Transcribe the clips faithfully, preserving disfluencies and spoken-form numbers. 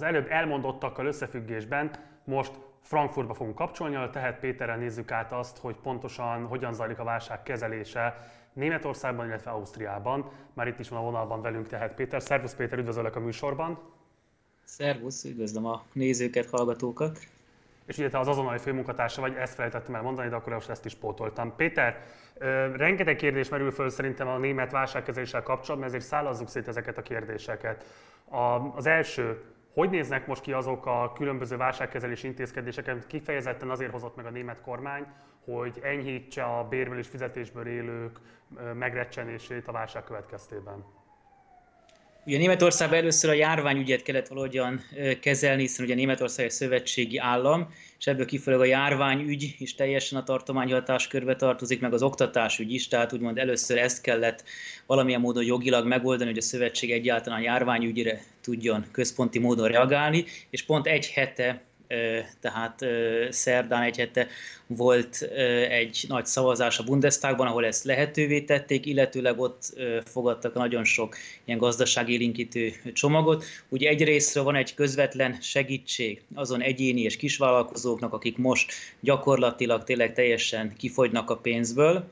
Az előbb elmondottakkal összefüggésben most Frankfurtba fogunk kapcsolni, ahol Tehet Péterrel nézzük át azt, hogy pontosan hogyan zajlik a válság kezelése Németországban, illetve Ausztriában. Már itt is van a vonalban velünk Tehet Péter. Szervusz Péter, üdvözöllek a műsorban. Szervusz, üdvözlöm a nézőket, hallgatókat. És ugye te az azonnali főmunkatársa vagy, ezt felejtettem el mondani, de akkor most ezt is pótoltam. Péter, rengeteg kérdés merül föl szerintem a német válságkezeléssel kapcsolatban, ezért szállazzuk szét ezeket a kérdéseket. Az első, hogy néznek most ki azok a különböző válságkezelési intézkedések, amit kifejezetten azért hozott meg a német kormány, hogy enyhítse a bérből és fizetésből élők megrecsenését a válság következtében? Ugye Németországban először a járványügyet kellett valahogyan kezelni, hiszen ugye Németország egy szövetségi állam, és ebből kifolyólag a járványügy is teljesen a tartományi hatáskörbe tartozik, meg az oktatásügy is, tehát úgymond először ezt kellett valamilyen módon jogilag megoldani, hogy a szövetség egyáltalán a járványügyre tudjon központi módon reagálni, és pont egy hete, tehát szerdán egy hete volt egy nagy szavazás a Bundestagban, ahol ezt lehetővé tették, illetőleg ott fogadtak nagyon sok ilyen gazdaságélénkítő csomagot. Ugye egyrésztről van egy közvetlen segítség azon egyéni és kisvállalkozóknak, akik most gyakorlatilag tényleg teljesen kifogynak a pénzből,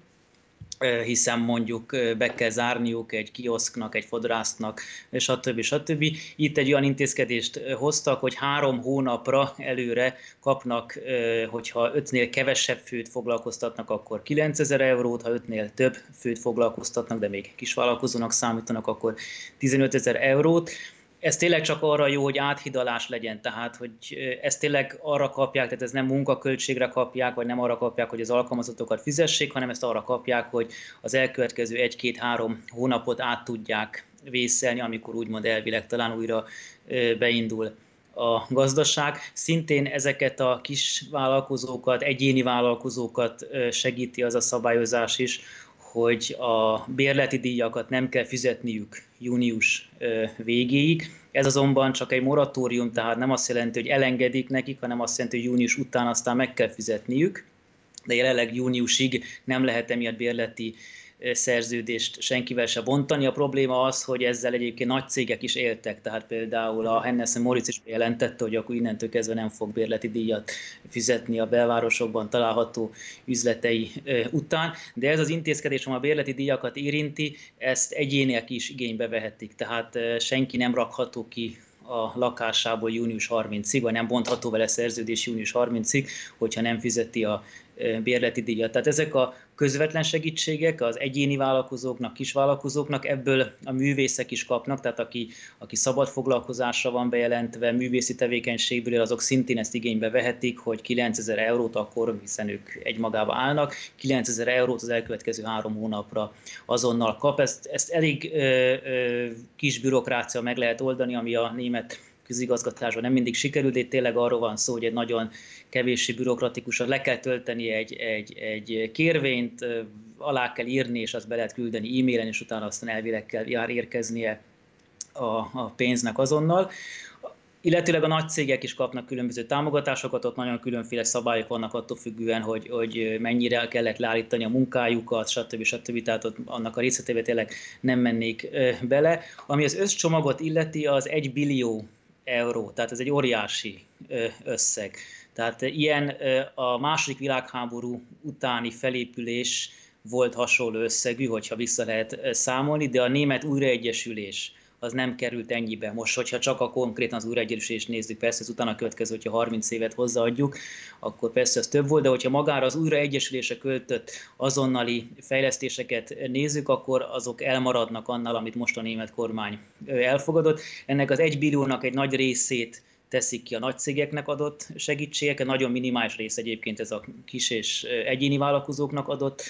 hiszen mondjuk be kell zárniuk egy kioszknak, egy fodrásznak, stb. stb. Itt egy olyan intézkedést hoztak, hogy három hónapra előre kapnak, hogyha ötnél kevesebb főt foglalkoztatnak, akkor kilencezer eurót, ha ötnél több főt foglalkoztatnak, de még kisvállalkozónak számítanak, akkor tizenötezer eurót. Ez tényleg csak arra jó, hogy áthidalás legyen, tehát hogy ezt tényleg arra kapják, tehát ez nem munkaköltségre kapják, vagy nem arra kapják, hogy az alkalmazottokat fizessék, hanem ezt arra kapják, hogy az elkövetkező egy-két-három hónapot át tudják vészelni, amikor úgymond elvileg talán újra beindul a gazdaság. Szintén ezeket a kis vállalkozókat, egyéni vállalkozókat segíti az a szabályozás is, hogy a bérleti díjakat nem kell fizetniük június végéig. Ez azonban csak egy moratórium, tehát nem azt jelenti, hogy elengedik nekik, hanem azt jelenti, hogy június után aztán meg kell fizetniük. De jelenleg júniusig nem lehet emiatt bérleti szerződést senkivel se bontani. A probléma az, hogy ezzel egyébként nagy cégek is éltek, tehát például a Hennes and Mauritz is jelentette, hogy akkor innentől kezdve nem fog bérleti díjat fizetni a belvárosokban található üzletei után, de ez az intézkedés, ami a bérleti díjakat érinti, ezt egyének is igénybe vehetik, tehát senki nem rakható ki a lakásából június harmincadikáig, vagy nem bontható vele szerződés június harmincadikáig, hogyha nem fizeti a bérleti díjat. Tehát ezek a közvetlen segítségek az egyéni vállalkozóknak, kisvállalkozóknak, ebből a művészek is kapnak, tehát aki, aki szabad foglalkozásra van bejelentve, művészi tevékenységből, azok szintén ezt igénybe vehetik, hogy kilencezer eurót akkor, hiszen ők egymagában állnak, kilencezer eurót az elkövetkező három hónapra azonnal kap. Ezt, ezt elég ö, ö, kis bürokrácia meg lehet oldani, ami a német közigazgatásban nem mindig sikerült, de tényleg arról van szó, hogy egy nagyon kevéssé bürokratikusan le kell tölteni egy, egy, egy kérvényt, alá kell írni, és azt be lehet küldeni e-mailen, és utána aztán elvileg kell jár érkeznie a, a pénznek azonnal. Illetőleg a nagy cégek is kapnak különböző támogatásokat, ott nagyon különféle szabályok vannak attól függően, hogy, hogy mennyire kellett leállítani a munkájukat, stb. stb. Tehát ott annak a részletébe tényleg nem mennék bele. Ami az összcsomagot illeti, az egy billió euró, tehát ez egy óriási összeg. Tehát ilyen a második világháború utáni felépülés volt hasonló összegű, hogyha vissza lehet számolni, de a német újraegyesülés az nem került ennyibe. Most, hogyha csak a konkrétan az újraegyesülést nézzük, persze ez utána következő, hogyha harminc évet hozzáadjuk, akkor persze az több volt, de hogyha magára az újraegyesülésre költött azonnali fejlesztéseket nézzük, akkor azok elmaradnak annál, amit most a német kormány elfogadott. Ennek az egy billiónak egy nagy részét teszik ki a nagy cégeknek adott segítségek, nagyon minimális rész egyébként ez a kis és egyéni vállalkozóknak adott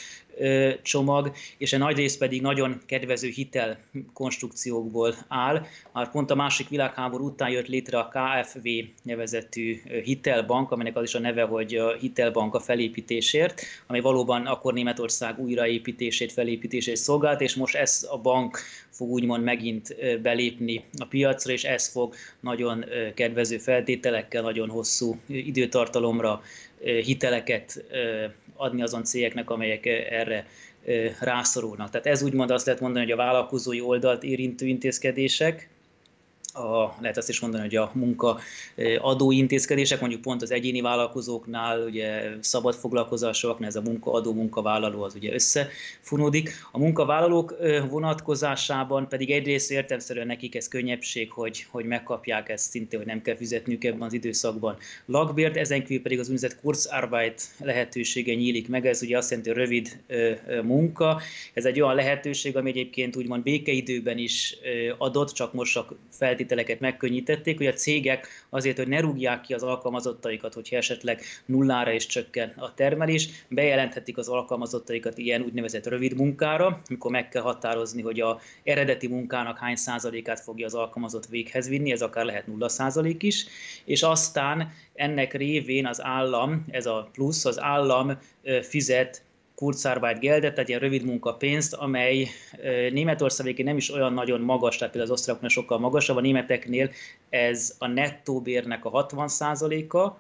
csomag, és a nagy rész pedig nagyon kedvező hitelkonstrukciókból áll. Már pont a második világháború után jött létre a ká ef vé nevezetű hitelbank, aminek az is a neve, hogy a hitelbank a felépítésért, ami valóban akkor Németország újraépítését, felépítését szolgált, és most ez a bank fog úgymond megint belépni a piacra, és ez fog nagyon kedvező feltételekkel, nagyon hosszú időtartalomra hiteleket adni azon cégeknek, amelyek erre rászorulnak. Tehát ez úgymond azt lehet mondani, hogy a vállalkozói oldalt érintő intézkedések. A, lehet azt is mondani, hogy a munkaadó intézkedések, mondjuk pont az egyéni vállalkozóknál, ugye szabad foglalkozásoknál ez a munkaadó, munkavállaló az ugye összefonódik. A munkavállalók vonatkozásában pedig egyrészt értelemszerűen nekik ez könnyebbség, hogy, hogy megkapják ezt szintén, hogy nem kell fizetniük ebben az időszakban lakbért, ezen kívül pedig az úgynevezett Kurzarbeit lehetősége nyílik meg, ez ugye azt jelenti, hogy rövid munka. Ez egy olyan lehetőség, ami egyébként úgymond békeidőben is adott, csak most csak feltételeket megkönnyítették, hogy a cégek azért, hogy ne rúgják ki az alkalmazottaikat, hogyha esetleg nullára is csökken a termelés, bejelenthetik az alkalmazottaikat ilyen úgynevezett rövid munkára, amikor meg kell határozni, hogy az eredeti munkának hány százalékát fogja az alkalmazott véghez vinni, ez akár lehet nulla százalék is, és aztán ennek révén az állam, ez a plusz, az állam fizet Kurzarbeitgeldet, tehát ilyen rövid munkapénzt, amely Németországban nem is olyan nagyon magas, tehát például az osztrákoknál sokkal magasabb, a németeknél ez a nettóbérnek a hatvan százaléka,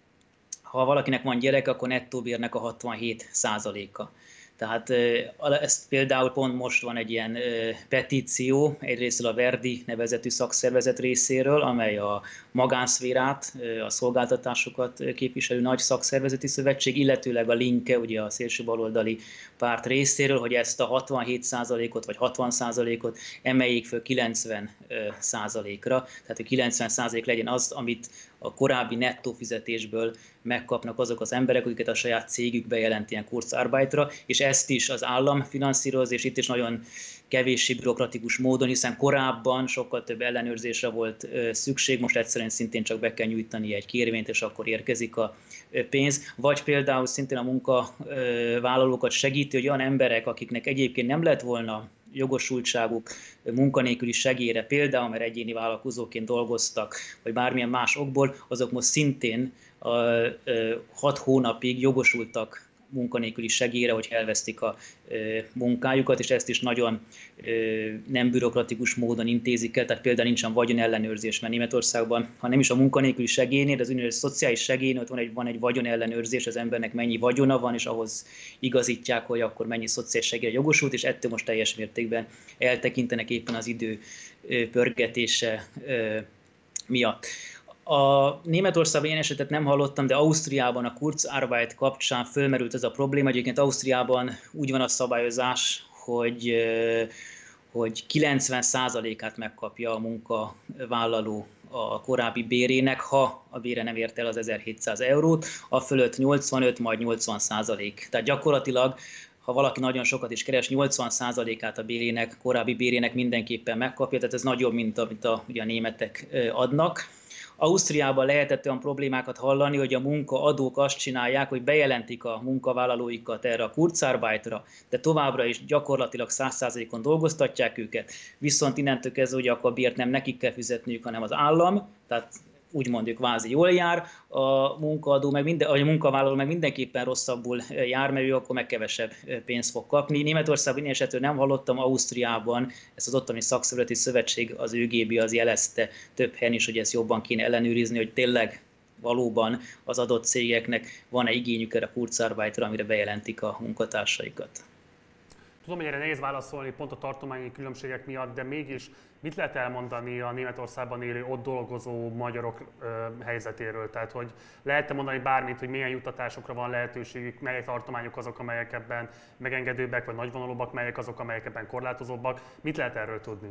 ha valakinek van gyereke, akkor nettóbérnek a hatvanhét százaléka. Tehát ezt például pont most van egy ilyen petíció, egyrésztről a Verdi nevezetű szakszervezet részéről, amely a magánszférát, a szolgáltatásokat képviselő nagy szakszervezeti szövetség, illetőleg a Linke, ugye a szélső baloldali párt részéről, hogy ezt a hatvanhét százalékot vagy hatvan százalékot emeljék föl kilencven százalékra, tehát hogy kilencven százalék legyen az, amit a korábbi nettó fizetésből megkapnak azok az emberek, akiket a saját cégük bejelent ilyen Kurzarbeitra, és ezt is az állam finanszíroz, és itt is nagyon kevéssé bürokratikus módon, hiszen korábban sokkal több ellenőrzésre volt szükség, most egyszerűen szintén csak be kell nyújtani egy kérvényt, és akkor érkezik a pénz. Vagy például szintén a munkavállalókat segíti, hogy olyan emberek, akiknek egyébként nem lett volna jogosultságuk munkanélküli segélyre, például mert egyéni vállalkozóként dolgoztak, vagy bármilyen más okból, azok most szintén a, a, hat hónapig jogosultak munkanélküli segélyre, hogy elvesztik a e, munkájukat, és ezt is nagyon e, nem bürokratikus módon intézik el, tehát például nincsen vagyonellenőrzés, mert Németországban, ha nem is a munkanélküli segélynél, de az úgynevezett szociális segélynél ott van egy, van egy vagyonellenőrzés, az embernek mennyi vagyona van, és ahhoz igazítják, hogy akkor mennyi szociális segélyre jogosult, és ettől most teljes mértékben eltekintenek éppen az idő e, pörgetése e, miatt. A Németországban ilyen esetet nem hallottam, de Ausztriában a Kurzarbeit kapcsán fölmerült ez a probléma. Egyébként Ausztriában úgy van a szabályozás, hogy, hogy kilencven százalékát megkapja a munkavállaló a korábbi bérének, ha a bére nem ért el az ezerhétszáz eurót, a fölött nyolcvanöt, majd nyolcvan százalék. Tehát gyakorlatilag ha valaki nagyon sokat is keres, nyolcvan százalékát a bérének, korábbi bérének mindenképpen megkapja, tehát ez nagyobb, mint amit a, ugye a németek adnak. Ausztriában lehetett olyan problémákat hallani, hogy a munkaadók azt csinálják, hogy bejelentik a munkavállalóikat erre a Kurzarbeitra, de továbbra is gyakorlatilag száz százalékon dolgoztatják őket, viszont innentől kezdve, hogy akkor a bért nem nekik kell fizetniük, hanem az állam, tehát úgy mondjuk kvázi jól jár, a munkaadó, meg minden, a munkavállaló meg mindenképpen rosszabbul jár, mert ő akkor meg kevesebb pénzt fog kapni. Németországban én esetről nem hallottam, Ausztriában ezt az ottani szakszervezeti szövetség, az ÖGB az jelezte több helyen is, hogy ezt jobban kéne ellenőrizni, hogy tényleg valóban az adott cégeknek van-e igényük erre a Kurzarbeitra, amire bejelentik a munkatársaikat. Tudom, hogy erre nehéz válaszolni pont a tartományi különbségek miatt, de mégis mit lehet elmondani a Németországban élő, ott dolgozó magyarok ö, helyzetéről? Tehát, hogy lehet-e mondani bármit, hogy milyen juttatásokra van lehetőségük, melyek tartományok azok, amelyek ebben megengedőbbek, vagy nagyvonalúbbak, melyek azok, amelyek ebben korlátozóbbak? Mit lehet erről tudni?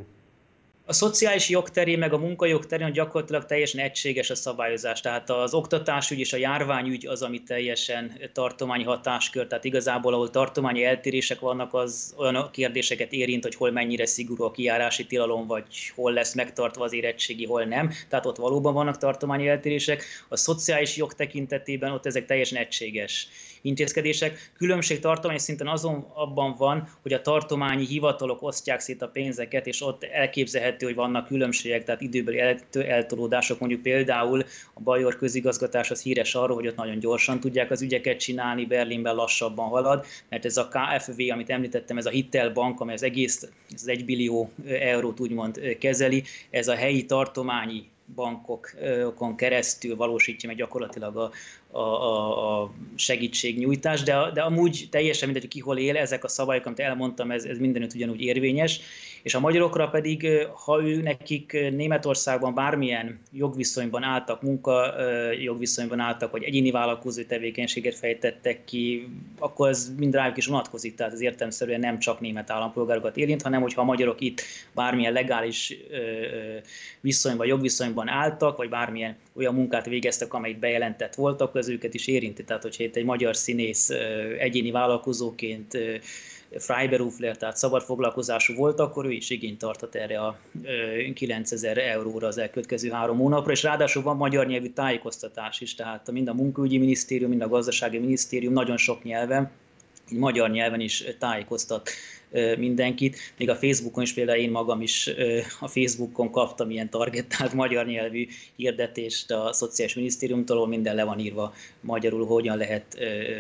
A szociális jog terén, meg a munkajog terén gyakorlatilag teljesen egységes a szabályozás. Tehát az oktatásügy és a járványügy az, ami teljesen tartományi hatáskör. Tehát igazából, ahol tartományi eltérések vannak, az olyan kérdéseket érint, hogy hol mennyire szigorú a kijárási tilalom, vagy hol lesz megtartva az érettségi, hol nem. Tehát ott valóban vannak tartományi eltérések. A szociális jog tekintetében ott ezek teljesen egységes intézkedések. Különbség tartományi szinten azon abban van, hogy a tartományi hivatalok osztják szét a pénzeket, és ott elképzelhető, hogy vannak különbségek, tehát időbeli eltolódások. Mondjuk például a bajor közigazgatás az híres arról, hogy ott nagyon gyorsan tudják az ügyeket csinálni, Berlinben lassabban halad, mert ez a ká ef vé, amit említettem, ez a hitelbank, amely az egész, az egy billió eurót úgymond kezeli, ez a helyi tartományi bankokon keresztül valósítja meg gyakorlatilag a, a, a segítségnyújtást, de, de amúgy teljesen mindegy, ki hol él, ezek a szabályok, amit elmondtam, ez, ez mindenütt ugyanúgy érvényes, és a magyarokra pedig, ha ő nekik Németországban bármilyen jogviszonyban álltak, munka jogviszonyban álltak, vagy egyéni vállalkozói tevékenységet fejtettek ki, akkor ez mind rájuk is vonatkozik, tehát ez értelemszerűen nem csak német állampolgárokat érint, hanem hogyha a magyarok itt bármilyen legális viszonyban, jogviszonyban álltak, vagy bármilyen olyan munkát végeztek, amelyik bejelentett volt, akkor ez őket is érinti. Tehát, hogyha itt egy magyar színész egyéni vállalkozóként Freiberufler, tehát szabad foglalkozású volt, akkor ő is igényt tartott erre a kilencezer euróra az elkövetkező három hónapra, és ráadásul van magyar nyelvű tájékoztatás is, tehát mind a munkaügyi minisztérium, mind a gazdasági minisztérium nagyon sok nyelven, így magyar nyelven is tájékoztat mindenkit. Még a Facebookon is például én magam is a Facebookon kaptam ilyen targetált magyar nyelvű hirdetést a Szociális Minisztériumtól, ahol minden le van írva magyarul, hogyan lehet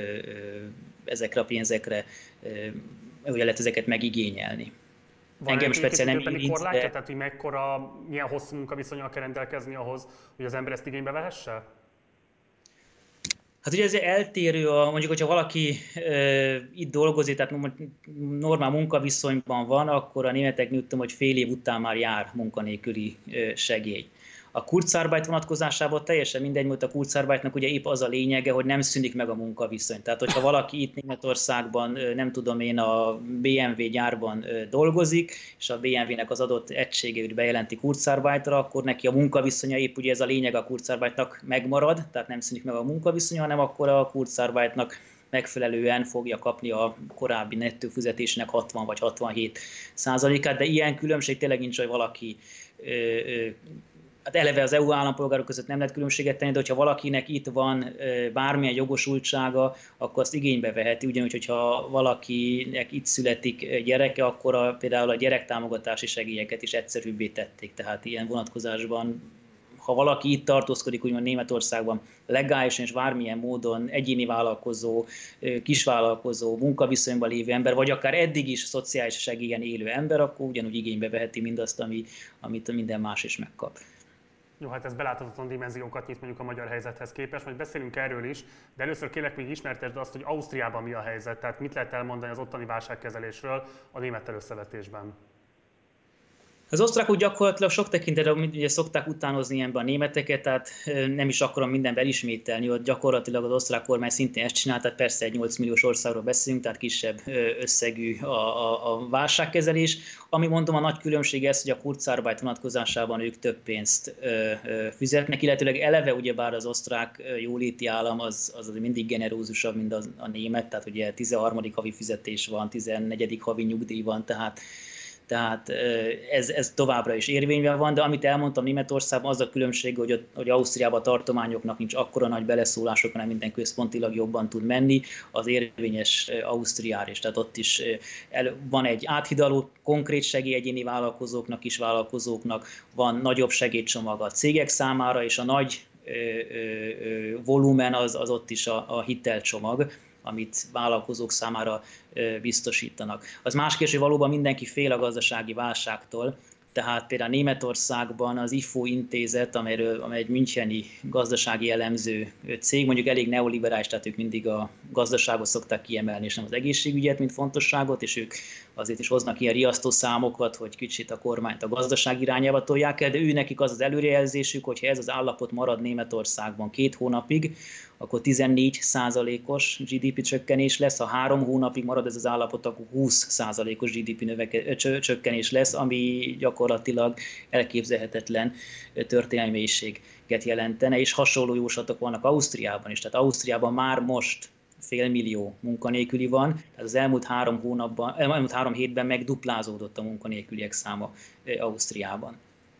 ezekre a pénzekre, hogyan lehet ezeket megigényelni. Van engem speciálisan nem érint, korlátja, de... tehát hogy mekkora, milyen hosszú munkaviszonnyal kell rendelkezni ahhoz, hogy az ember ezt igénybe vehesse? Hát ugye ez eltérő, a, mondjuk, hogyha valaki e, itt dolgozik, tehát normál munkaviszonyban van, akkor a németeknél tudom, hogy fél év után már jár munkanélküli e, segély. A Kurzarbeit vonatkozásában teljesen mindegy, mert a Kurzarbeitnak ugye épp az a lényege, hogy nem szűnik meg a munkaviszony. Tehát, hogyha valaki itt Németországban, nem tudom én, a bé em vé gyárban dolgozik, és a bé em vé-nek az adott egységét bejelenti Kurzarbeitra, akkor neki a munkaviszonya épp ugye ez a lényeg a Kurzarbeitnak megmarad, tehát nem szűnik meg a munkaviszony, hanem akkor a Kurzarbeitnak megfelelően fogja kapni a korábbi nettó fizetésének hatvan vagy hatvanhét százalékát, de ilyen különbség tényleg nincs, hogy valaki hát eleve az é u állampolgárok között nem lehet különbséget tenni, de hogyha valakinek itt van bármilyen jogosultsága, akkor azt igénybe veheti. Ugyanúgy, hogyha valakinek itt születik gyereke, akkor a, például a gyerektámogatási segélyeket is egyszerűbbé tették. Tehát ilyen vonatkozásban, ha valaki itt tartózkodik, úgymond Németországban legálisan és bármilyen módon egyéni vállalkozó, kisvállalkozó, munkaviszonyban lévő ember, vagy akár eddig is szociális segélyen élő ember, akkor ugyanúgy igénybe veheti mindazt, ami, amit minden más is megkap. Jó, hát ez beláthatatlan dimenziókat nyit mondjuk a magyar helyzethez képest, majd beszélünk erről is, de először kérlek még ismertesd azt, hogy Ausztriában mi a helyzet, tehát mit lehet elmondani az ottani válságkezelésről a némettel összevetésben. Az osztrákok gyakorlatilag sok tekintetben ugye szokták utánozni ilyenben a németeket, tehát nem is akarom mindenben ismételni, hogy gyakorlatilag az osztrák kormány szintén ezt csinál, tehát persze egy nyolc milliós országról beszélünk, tehát kisebb összegű a, a, a válságkezelés. Ami mondom, a nagy különbség ez, hogy a Kurzarbeit vonatkozásában ők több pénzt ö, ö, fizetnek, illetőleg eleve ugyebár az osztrák jóléti állam az, az mindig generózusabb, mint az, a német, tehát ugye tizenharmadik havi fizetés van, tizennegyedik havi nyugdíj van, tehát Tehát ez, ez továbbra is érvényben van, de amit elmondtam Németországban, az a különbség, hogy, hogy Ausztriában a tartományoknak nincs akkora nagy beleszólások, hanem minden központilag jobban tud menni, az érvényes Ausztriára is. Tehát ott is el, van egy áthidaló konkrét segély egyéni vállalkozóknak, kis vállalkozóknak, van nagyobb segélycsomag a cégek számára, és a nagy ö, ö, volumen az, az ott is a, a hitelcsomag, amit vállalkozók számára biztosítanak. Az más kérdés, hogy valóban mindenki fél a gazdasági válságtól, tehát például Németországban az ifo intézet, amelyről, amely egy müncheni gazdasági elemző cég, mondjuk elég neoliberális, tehát ők mindig a gazdaságot szokták kiemelni, és nem az egészségügyet, mint fontosságot, és ők azért is hoznak ilyen riasztó számokat, hogy kicsit a kormányt a gazdaság irányába tolják el, de ő nekik az az előrejelzésük, hogyha ez az állapot marad Németországban két hónapig, akkor tizennégy százalékos gé dé pé csökkenés lesz, ha három hónapig marad ez az állapot, akkor húsz százalékos gé dé pé növeke, csökkenés lesz, ami gyakorlatilag elképzelhetetlen történelmi mélységet jelentene, és hasonló jóslatok vannak Ausztriában is. Tehát Ausztriában már most félmillió munkanélküli van, tehát az elmúlt három hónapban, elmúlt három hétben megduplázódott a munkanélküliek száma Ausztriában.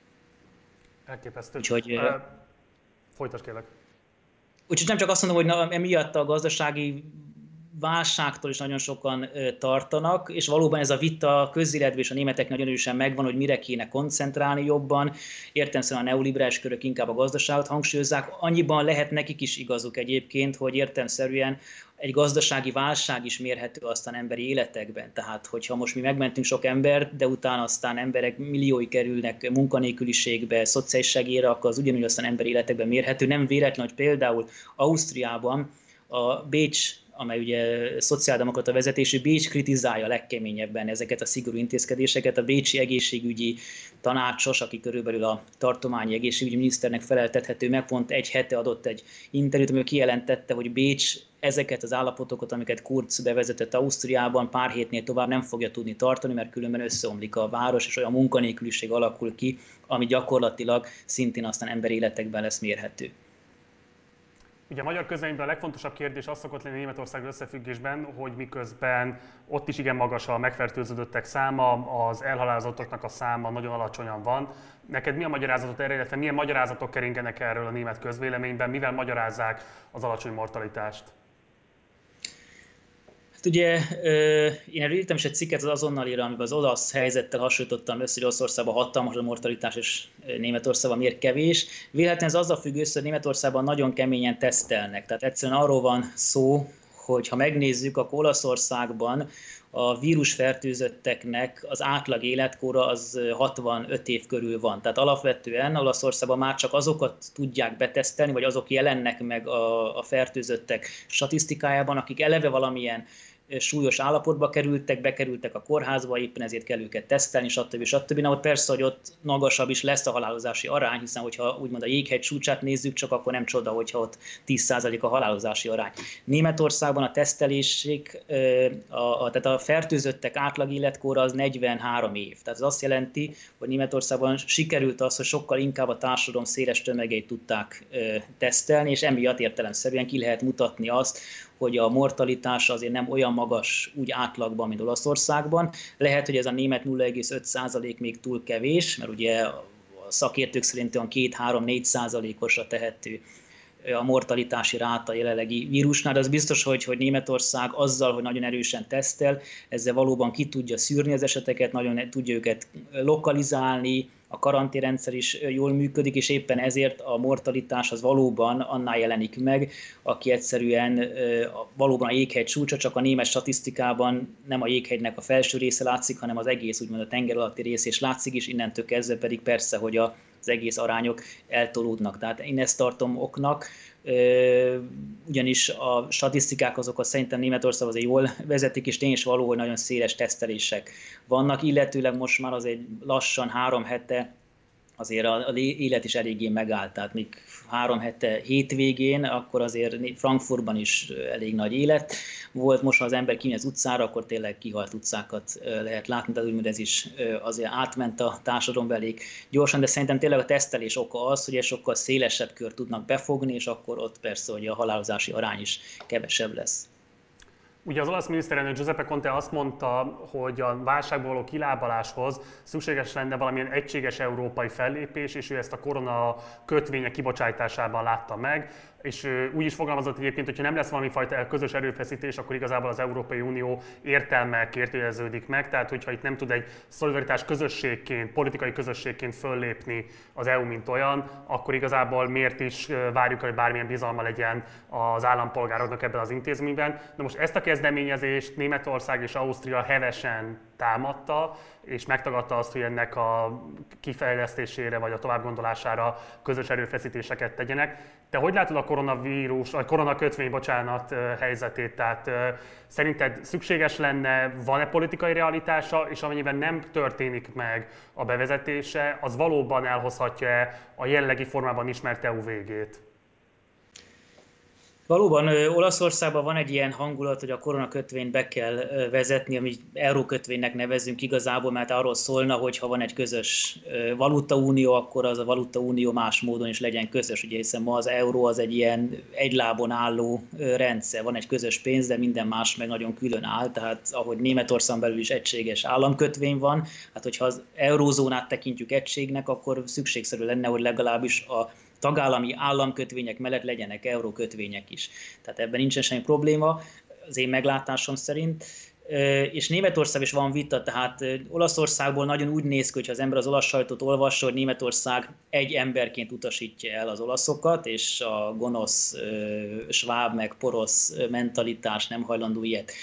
Elképesztő. Úgyhogy, uh, folytasd kérlek. Úgyhogy nem csak azt mondom, hogy na, emiatt a gazdasági válságtól is nagyon sokan tartanak, és valóban ez a vita közéletben és a németeknek nagyon erősen megvan, hogy mire kéne koncentrálni jobban. Értelemszerűen a neoliberális körök inkább a gazdaságot hangsúlyozzák. Annyiban lehet nekik is igazuk egyébként, hogy értelemszerűen egy gazdasági válság is mérhető aztán emberi életekben. Tehát, hogyha most mi megmentünk sok embert, de utána aztán emberek milliói kerülnek munkanélküliségbe, szociális segélyre, akkor az ugyanúgy aztán emberi életekben mérhető. Nem véletlen, hogy például Ausztriában a Bécs, amely ugye szociáldemokrata vezetésű, Bécs kritizálja legkeményebben ezeket a szigorú intézkedéseket. A bécsi egészségügyi tanácsos, aki körülbelül a tartományi egészségügyi miniszternek feleltethető, meg pont egy hete adott egy interjút, amivel kijelentette, hogy Bécs ezeket az állapotokat, amiket Kurz bevezetett Ausztriában, pár hétnél tovább nem fogja tudni tartani, mert különben összeomlik a város, és olyan munkanélküliség alakul ki, ami gyakorlatilag szintén aztán emberi életekben lesz mérhető. Ugye a magyar közvéleményben a legfontosabb kérdés az szokott lenni Németország összefüggésben, hogy miközben ott is igen magas a megfertőződöttek száma, az elhalálozottaknak a száma nagyon alacsonyan van. Neked mi a magyarázatot erre, illetve milyen magyarázatok keringenek erről a német közvéleményben, mivel magyarázzák az alacsony mortalitást? Hát ugye én erről írtam is egy cikket az Azonnalira, amiben az olasz helyzettel hasonlítottam össze, hogy Olaszországban hatalmas a mortalitás, és Németországban miért kevés. Véletlenül ez azzal függ össze, hogy Németországban nagyon keményen tesztelnek. Tehát egyszerűen arról van szó, hogy ha megnézzük, akkor Olaszországban a vírusfertőzötteknek az átlag életkora az hatvanöt év körül van. Tehát alapvetően Olaszországban már csak azokat tudják betesztelni, vagy azok jelennek meg a, a fertőzöttek statisztikájában, akik eleve valamilyen súlyos állapotba kerültek, bekerültek a kórházba, éppen ezért kell őket tesztelni, stb. stb. Na, persze, hogy ott magasabb is lesz a halálozási arány, hiszen hogyha úgymond a jéghegy csúcsát nézzük, csak akkor nem csoda, hogyha ott tíz százalék a halálozási arány. Németországban a tesztelésig, a, a, tehát a fertőzöttek átlag életkora az negyvenhárom év. Tehát ez azt jelenti, hogy Németországban sikerült az, hogy sokkal inkább a társadalom széles tömegeit tudták tesztelni, és emiatt értelemszerűen ki lehet mutatni azt, hogy a mortalitás azért nem olyan magas úgy átlagban, mint Olaszországban. Lehet, hogy ez a német nulla egész öt százalék még túl kevés, mert ugye a szakértők szerint olyan két-három-négy százalékosra tehető a mortalitási ráta jelenlegi vírusnál, de az biztos, hogy, hogy Németország azzal, hogy nagyon erősen tesztel, ezzel valóban ki tudja szűrni az eseteket, nagyon tudja őket lokalizálni, a karanténrendszer is jól működik, és éppen ezért a mortalitás az valóban annál jelenik meg, aki egyszerűen valóban a jéghegy csúcsa, csak a német statisztikában nem a jéghegynek a felső része látszik, hanem az egész úgymond a tenger alatti rész is látszik, és innentől kezdve pedig persze, hogy a az egész arányok eltolódnak. Tehát én ezt tartom oknak, ugyanis a statisztikák azokat szerintem Németország azért jól vezetik, és tényleg is való, hogy nagyon széles tesztelések vannak, illetőleg most már azért lassan három hete azért az élet is eléggé megállt, tehát még három hete hétvégén, akkor azért Frankfurtban is elég nagy élet volt, most ha az ember kimegy az utcára, akkor tényleg kihalt utcákat lehet látni, tehát úgymond ez is azért átment a társadalomba elég gyorsan, de szerintem tényleg a tesztelés oka az, hogy sokkal szélesebb kört tudnak befogni, és akkor ott persze, hogy a halálozási arány is kevesebb lesz. Ugye az olasz miniszterelnök Giuseppe Conte azt mondta, hogy a válságból való kilábaláshoz szükséges lenne valamilyen egységes európai fellépés, és ő ezt a korona kötvények kibocsátásában látta meg. És úgy is fogalmazott egyébként, hogy ha nem lesz valami fajta közös erőfeszítés, akkor igazából az Európai Unió értelme kérdőjeleződik meg. Tehát, hogyha itt nem tud egy szolidaritás közösségként, politikai közösségként föllépni az é u, mint olyan, akkor igazából miért is várjuk, hogy bármilyen bizalma legyen az állampolgároknak ebben az intézményben. De most ezt a kezdeményezést Németország és Ausztria hevesen támadta, és megtagadta azt, hogy ennek a kifejlesztésére vagy a továbbgondolására közös erőfeszítéseket tegyenek. Te hogy látod a koronavírus, vagy koronakötvény, bocsánat, helyzetét? Tehát szerinted szükséges lenne, van-e politikai realitása, és amennyiben nem történik meg a bevezetése, az valóban elhozhatja-e a jelenlegi formában ismert é u végét? Valóban Olaszországban van egy ilyen hangulat, hogy a koronakötvényt be kell vezetni, amit eurókötvénynek nevezünk igazából, mert arról szólna, hogy ha van egy közös valutaunió, akkor az a valutaunió más módon is legyen közös. Ugye, hiszen ma az euró az egy ilyen egy lábon álló rendszer. Van egy közös pénz, de minden más meg nagyon külön áll. Tehát ahogy Németországon belül is egységes államkötvény van, hát hogyha az eurózónát tekintjük egységnek, akkor szükségszerű lenne, hogy legalábbis a tagállami államkötvények mellett legyenek eurókötvények is. Tehát ebben nincsen semmi probléma, az én meglátásom szerint. és Németország is van vita, tehát Olaszországból nagyon úgy néz ki, hogyha az ember az olasz sajtót olvassa, hogy Németország egy emberként utasítja el az olaszokat, és a gonosz sváb meg porosz mentalitás nem hajlandó ilyet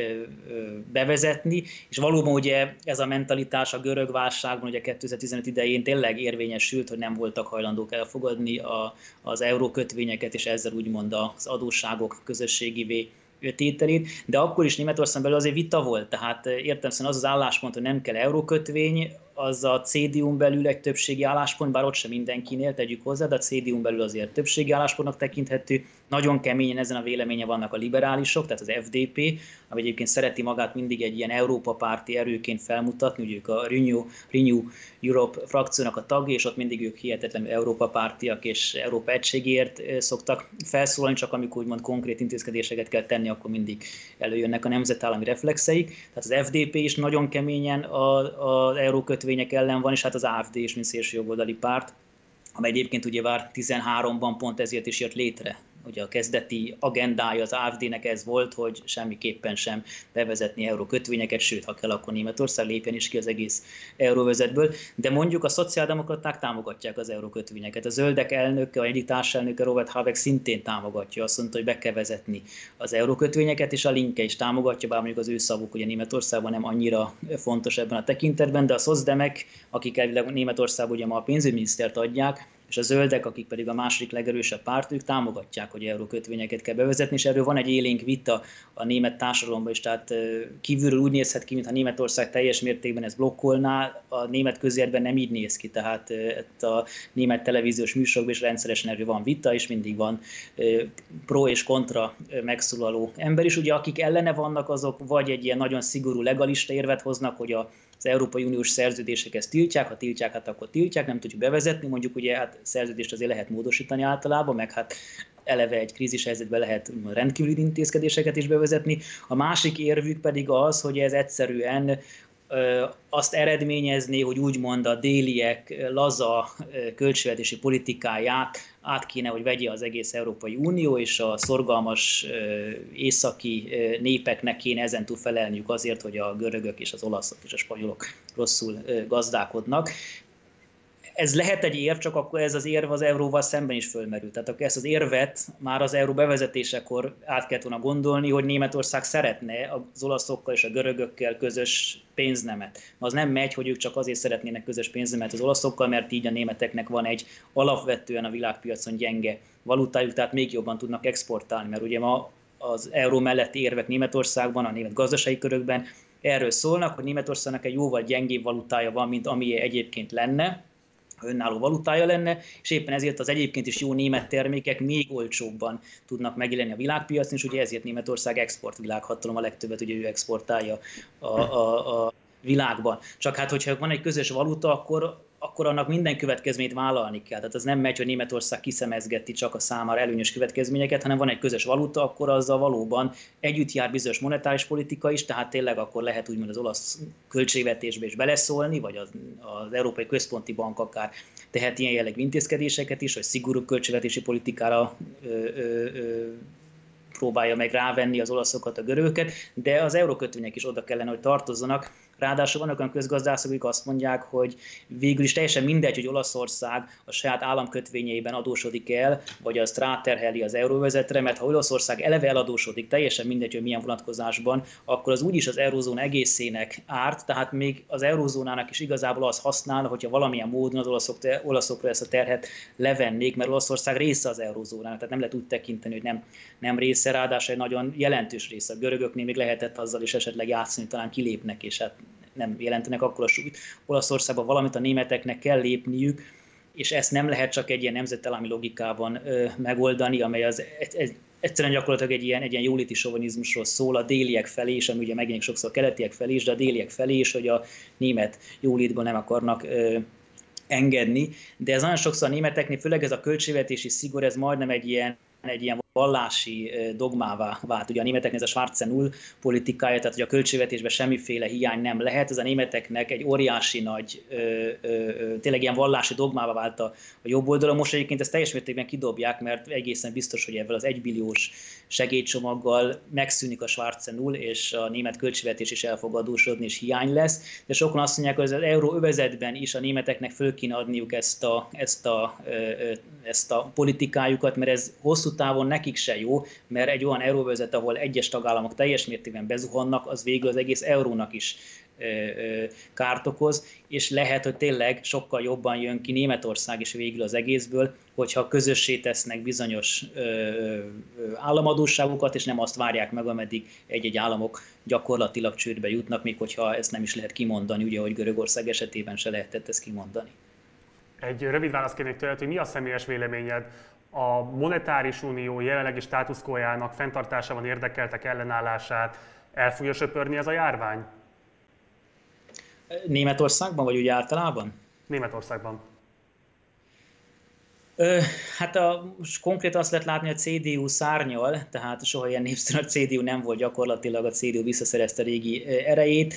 bevezetni, és valóban ugye ez a mentalitás a görög válságban, ugye kétezer-tizenöt idején tényleg érvényesült, hogy nem voltak hajlandók elfogadni a, az eurókötvényeket, és ezzel úgymond az adósságok közösségivé tételét, de akkor is Németországon belül azért vita volt, tehát értelemszerűen az az álláspont, hogy nem kell eurókötvény, az a cé dé u-n belül egy többségi álláspont, bár ott sem mindenkinél, tegyük hozzá, de a cé dé u-n belül azért többségi álláspontnak tekinthető. Nagyon keményen ezen a véleménye vannak a liberálisok, tehát az ef dé pé, ami egyébként szereti magát mindig egy ilyen Európa párti erőként felmutatni, ugye ők a Renew, Renew Europe frakciónak a tagja, és ott mindig ők hihetetlenül Európa pártiak és Európa egységért szoktak felszólalni, csak amikor úgymond konkrét intézkedéseket kell tenni, akkor mindig előjönnek a nemzetállami reflexeik. Tehát az ef dé pé is nagyon keményen az eurókötvények ellen van, és hát az á ef dé is, mint szélsőjobboldali párt, amely egyébként ugye már tizenháromban pont ezért is jött létre. Ugye a kezdeti agendája az á ef dé-nek ez volt, hogy semmiképpen sem bevezetni eurókötvényeket, sőt, ha kell, akkor Németország lépjen is ki az egész euróvezetből. De mondjuk a szociáldemokraták támogatják az eurókötvényeket. A zöldek elnöke, a egyik társelnöke, Robert Habeck szintén támogatja, azt mondta, hogy be kell vezetni az eurókötvényeket, és a Linke is támogatja, bár mondjuk az ő szavuk ugye Németországban nem annyira fontos ebben a tekintetben, de a szocdemek, akik elvileg Németországban ugye ma a pénzügyminisztert adják, és a zöldek, akik pedig a második legerősebb párt, ők támogatják, hogy eurókötvényeket kell bevezetni, és erről van egy élénk vita a német társadalomban is, tehát kívülről úgy nézhet ki, mintha Németország teljes mértékben ezt blokkolná, a német közérben nem így néz ki, tehát a német televíziós műsorokban is rendszeresen erről van vita, és mindig van pro és kontra megszólaló ember is. Ugye akik ellene vannak, azok vagy egy ilyen nagyon szigorú legalista érvet hoznak, hogy a az Európai Uniós szerződések ezt tiltják, ha tiltják, hát akkor tiltják, nem tudjuk bevezetni, mondjuk ugye hát szerződést azért lehet módosítani általában, meg hát eleve egy krízis helyzetben lehet rendkívüli intézkedéseket is bevezetni. A másik érvük pedig az, hogy ez egyszerűen azt eredményezné, hogy úgymond a déliek laza költségvetési politikáját át kéne, hogy vegye az egész Európai Unió, és a szorgalmas északi népeknek kéne ezentúl felelniük azért, hogy a görögök és az olaszok és a spanyolok rosszul gazdálkodnak. Ez lehet egy érv, csak akkor ez az érv az euróval szemben is fölmerül. Tehát akkor ezt az érvet már az euró bevezetésekor át kellett volna gondolni, hogy Németország szeretne az olaszokkal és a görögökkel közös pénznemet. Az nem megy, hogy ők csak azért szeretnének közös pénznemet az olaszokkal, mert így a németeknek van egy alapvetően a világpiacon gyenge valutájuk, tehát még jobban tudnak exportálni, mert ugye ma az euró melletti érvek Németországban, a német gazdasági körökben erről szólnak, hogy Németországnak egy jóval gyengébb valutája van, mint ami egyébként lenne, ha önálló valutája lenne, és éppen ezért az egyébként is jó német termékek még olcsóbban tudnak megjelenni a világpiacon, és ugye ezért Németország exportvilághatalom, a legtöbbet ugye ő exportálja a, a, a világban. Csak hát, hogyha van egy közös valuta, akkor, akkor annak minden következményt vállalni kell. Tehát az nem megy, hogy Németország kiszemezgeti csak a számára előnyös következményeket, hanem van egy közös valuta, akkor azzal valóban együtt jár bizonyos monetáris politika is, tehát tényleg akkor lehet úgymond az olasz költségvetésbe is beleszólni, vagy az, az Európai Központi Bank akár tehet ilyen jellegű intézkedéseket is, hogy szigorú költségvetési politikára ö, ö, ö, próbálja meg rávenni az olaszokat, a görögöket, de az eurókötvények is oda kellene, hogy tartozzanak. Ráadásul vannak olyan közgazdászok, akik azt mondják, hogy végül is teljesen mindegy, hogy Olaszország a saját államkötvényeiben adósodik el, vagy azt ráterheli az euróvezetre, mert ha Olaszország eleve eladósodik, teljesen mindegy, hogy milyen vonatkozásban, akkor az úgyis az eurózóna egészének árt, tehát még az eurózónának is igazából az használna, hogyha valamilyen módon az olaszok, olaszokra ezt a terhet levennék, mert Olaszország része az eurózónának, tehát nem lehet úgy tekinteni, hogy nem, nem része, ráadásul egy nagyon jelentős része. A görögöknél még lehetett azzal is esetleg játszani, talán kilépnek, és hát nem jelentenek akkora súlyt. Olaszországban valamit a németeknek kell lépniük, és ezt nem lehet csak egy ilyen nemzetállami logikában ö, megoldani, amely az ez, egyszerűen gyakorlatilag egy ilyen, egy ilyen jóléti soviniszmusról szól a déliek felé is, ami ugye megjelenik sokszor a keletiek felé is, de a déliek felé is, hogy a német jólétből nem akarnak ö, engedni. De ez nagyon sokszor a németeknél, főleg ez a költségvetési szigor, ez majdnem egy ilyen, egy ilyen vallási dogmává vált. Ugye a németeknek ez a Schwarze Null politikája, tehát hogy a költségvetésben semmiféle hiány nem lehet. Ez a németeknek egy óriási nagy, ö, ö, tényleg ilyen vallási dogmává vált a, a jobb oldalon. Most egyébként ezt teljes mértékben kidobják, mert egészen biztos, hogy ebben az egybilliós segélycsomaggal megszűnik a Schwarze Null, és a német költségvetés is el fog adósodni, és hiány lesz. De sokan azt mondják, hogy az euróövezetben is a németeknek föl kéne adniuk ezt a, ezt a, ezt a politikájukat, mert ez hosszú távon nekik se jó, mert egy olyan euróövezet, ahol egyes tagállamok teljes mértékben bezuhannak, az végül az egész eurónak is kárt okoz, és lehet, hogy tényleg sokkal jobban jön ki Németország is végül az egészből, hogyha közössé tesznek bizonyos államadósságokat, és nem azt várják meg, ameddig egy-egy államok gyakorlatilag csődbe jutnak, még hogyha ezt nem is lehet kimondani, ugye, hogy Görögország esetében se lehetett ezt kimondani. Egy rövid választ kérnék tőled, hogy mi a személyes véleményed? A monetáris unió jelenlegi státuszkójának fenntartásában érdekeltek ellenállását el fogja söpörni ez a járvány? Németországban, vagy úgy általában? Németországban. Ö, hát a, konkrétan azt lehet látni, hogy a cé dé u szárnyal, tehát soha ilyen népszerű a cé dé u nem volt gyakorlatilag, a cé dé u visszaszerezte régi erejét.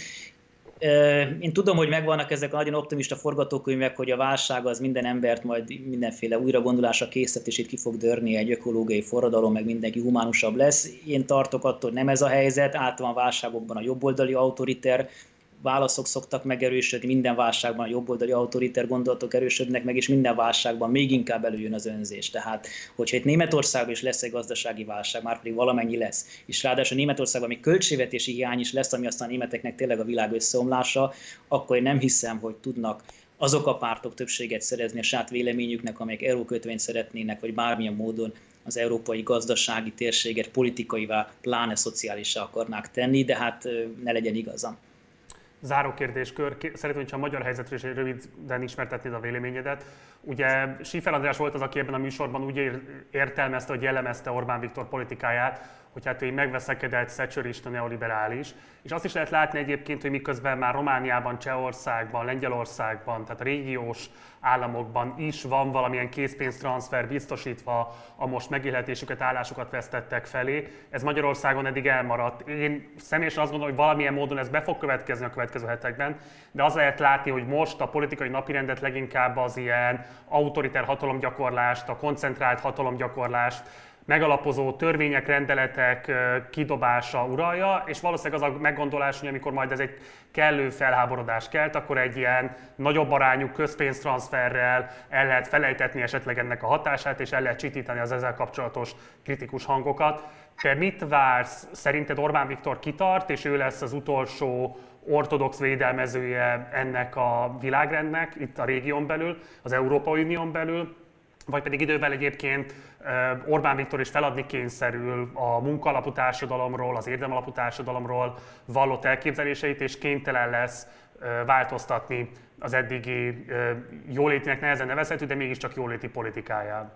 Én tudom, hogy megvannak ezek a nagyon optimista forgatókönyvek, hogy a válság az minden embert majd mindenféle újragondolásra késztet, és itt ki fog dörni egy ökológiai forradalom, meg mindenki humánusabb lesz. Én tartok attól, hogy nem ez a helyzet. Általában válságokban a jobboldali autoriter válaszok szoktak megerősödni, minden válságban a jobboldali autoriter gondolatok erősödnek meg, és minden válságban még inkább előjön az önzés. Tehát, hogyha itt Németországban is lesz egy gazdasági válság, már pedig valamennyi lesz, és ráadásul Németországban még költségvetési hiány is lesz, ami aztán a németeknek tényleg a világ összeomlása, akkor én nem hiszem, hogy tudnak azok a pártok többséget szerezni a saját véleményüknek, amelyek eurókötvényt szeretnének, vagy bármilyen módon az európai gazdasági térséget politikaivá, pláne szociálissá akarnák tenni, de hát ne legyen igazam. Záró kérdéskör. Szeretném, hogyha a magyar helyzetről is röviden ismertetnéd a véleményedet. Ugye Schiffer András volt az, aki ebben a műsorban úgy értelmezte, hogy jellemezte Orbán Viktor politikáját, hogy hát ő megveszekedett, thatcherista, neoliberális. És azt is lehet látni egyébként, hogy miközben már Romániában, Csehországban, Lengyelországban, tehát a régiós államokban is van valamilyen készpénztranszfer biztosítva a most megélhetésüket, állásukat vesztettek felé. Ez Magyarországon eddig elmaradt. Én személyesen azt gondolom, hogy valamilyen módon ez be fog következni a következő hetekben, de az lehet látni, hogy most a politikai napirendet leginkább az ilyen autoriter hatalomgyakorlást, a koncentrált hatalomgyakorlást, megalapozó törvények, rendeletek kidobása uralja, és valószínűleg az a meggondolás, hogy amikor majd ez egy kellő felháborodás kelt, akkor egy ilyen nagyobb arányú közpénztranszferrel el lehet felejtetni esetleg ennek a hatását, és el lehet csitítani az ezzel kapcsolatos kritikus hangokat. Te mit vársz? Szerinted Orbán Viktor kitart, és ő lesz az utolsó ortodox védelmezője ennek a világrendnek, itt a régión belül, az Európai Unión belül, vagy pedig idővel egyébként Orbán Viktor is feladni kényszerül a munkaalapú társadalomról, az érdemalapú társadalomról vallott elképzeléseit, és kénytelen lesz változtatni az eddigi jólétinek nehezen nevezhető, de mégiscsak jóléti politikáján.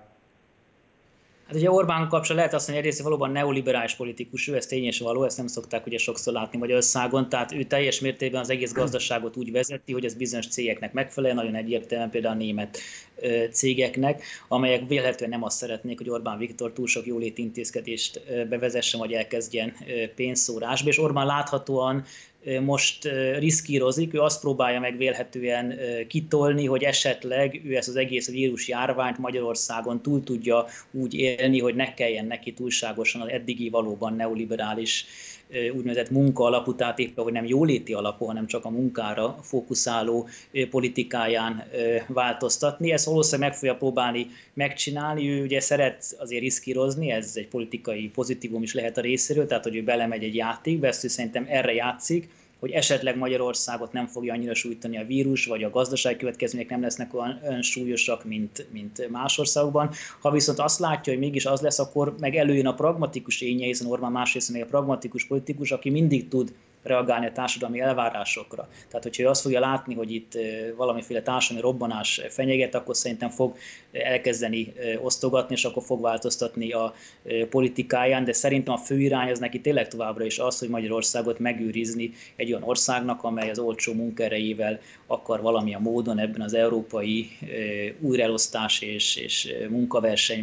Hát ugye Orbán kapcsolatban lehet azt mondani, hogy egyrészt valóban neoliberális politikus, ő ez tény és való, ezt nem szokták ugye sokszor látni Magyarországon, tehát ő teljes mértékben az egész gazdaságot úgy vezeti, hogy ez bizonyos cégeknek megfelel, nagyon egyértelműen például a német cégeknek, amelyek vélhetően nem azt szeretnék, hogy Orbán Viktor túl sok jóléti intézkedést bevezessen, vagy elkezdjen pénzszórásba, és Orbán láthatóan most riszkírozik, ő azt próbálja meg vélhetően kitolni, hogy esetleg ő ezt az egész vírus járványt Magyarországon túl tudja úgy élni, hogy ne kelljen neki túlságosan az eddigi valóban neoliberális úgynevezett munka alapú, tehát éppen, hogy nem jóléti alapú, hanem csak a munkára fókuszáló politikáján változtatni. Ezt valószínűleg meg fogja próbálni megcsinálni. Ő ugye szeret azért riszkírozni, ez egy politikai pozitívum is lehet a részéről, tehát hogy ő belemegy egy játékba, ezt ő szerintem erre játszik, hogy esetleg Magyarországot nem fogja annyira sújtani a vírus, vagy a gazdasági következmények nem lesznek olyan, olyan súlyosak, mint, mint más országokban. Ha viszont azt látja, hogy mégis az lesz, akkor meg előjön a pragmatikus énje, hiszen Orbán másrészt még a pragmatikus politikus, aki mindig tud reagálni a társadalmi elvárásokra. Tehát, hogyha ő azt fogja látni, hogy itt valamiféle társadalmi robbanás fenyeget, akkor szerintem fog elkezdeni osztogatni, és akkor fog változtatni a politikáján, de szerintem a fő irány az neki tényleg továbbra is az, hogy Magyarországot megőrizni egy olyan országnak, amely az olcsó munkaerejével akar valamilyen módon ebben az európai újraelosztás és, és munkaversenybe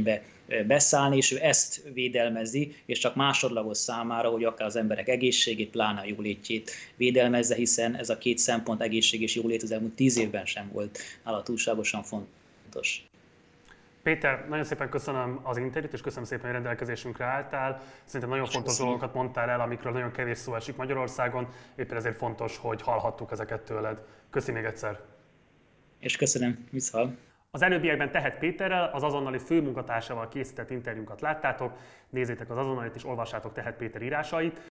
beszállni, és ő ezt védelmezi, és csak másodlagos számára, hogy akár az emberek egészségét, pláne a jólétjét védelmezze, hiszen ez a két szempont, egészség és jólét az elmúlt tíz évben sem volt nála túlságosan fontos. Péter, nagyon szépen köszönöm az interjút, és köszönöm szépen, hogy rendelkezésünkre álltál. Szerintem nagyon fontos köszönöm. dolgokat mondtál el, amikről nagyon kevés szó esik Magyarországon, éppen ezért fontos, hogy hallhattuk ezeket tőled. Köszi még egyszer. És köszönöm, viszont. Az előbbiekben Tehet Péterrel, az azonnali főmunkatársával készített interjúnkat láttátok. Nézzétek az azonnalit és olvassátok Tehet Péter írásait.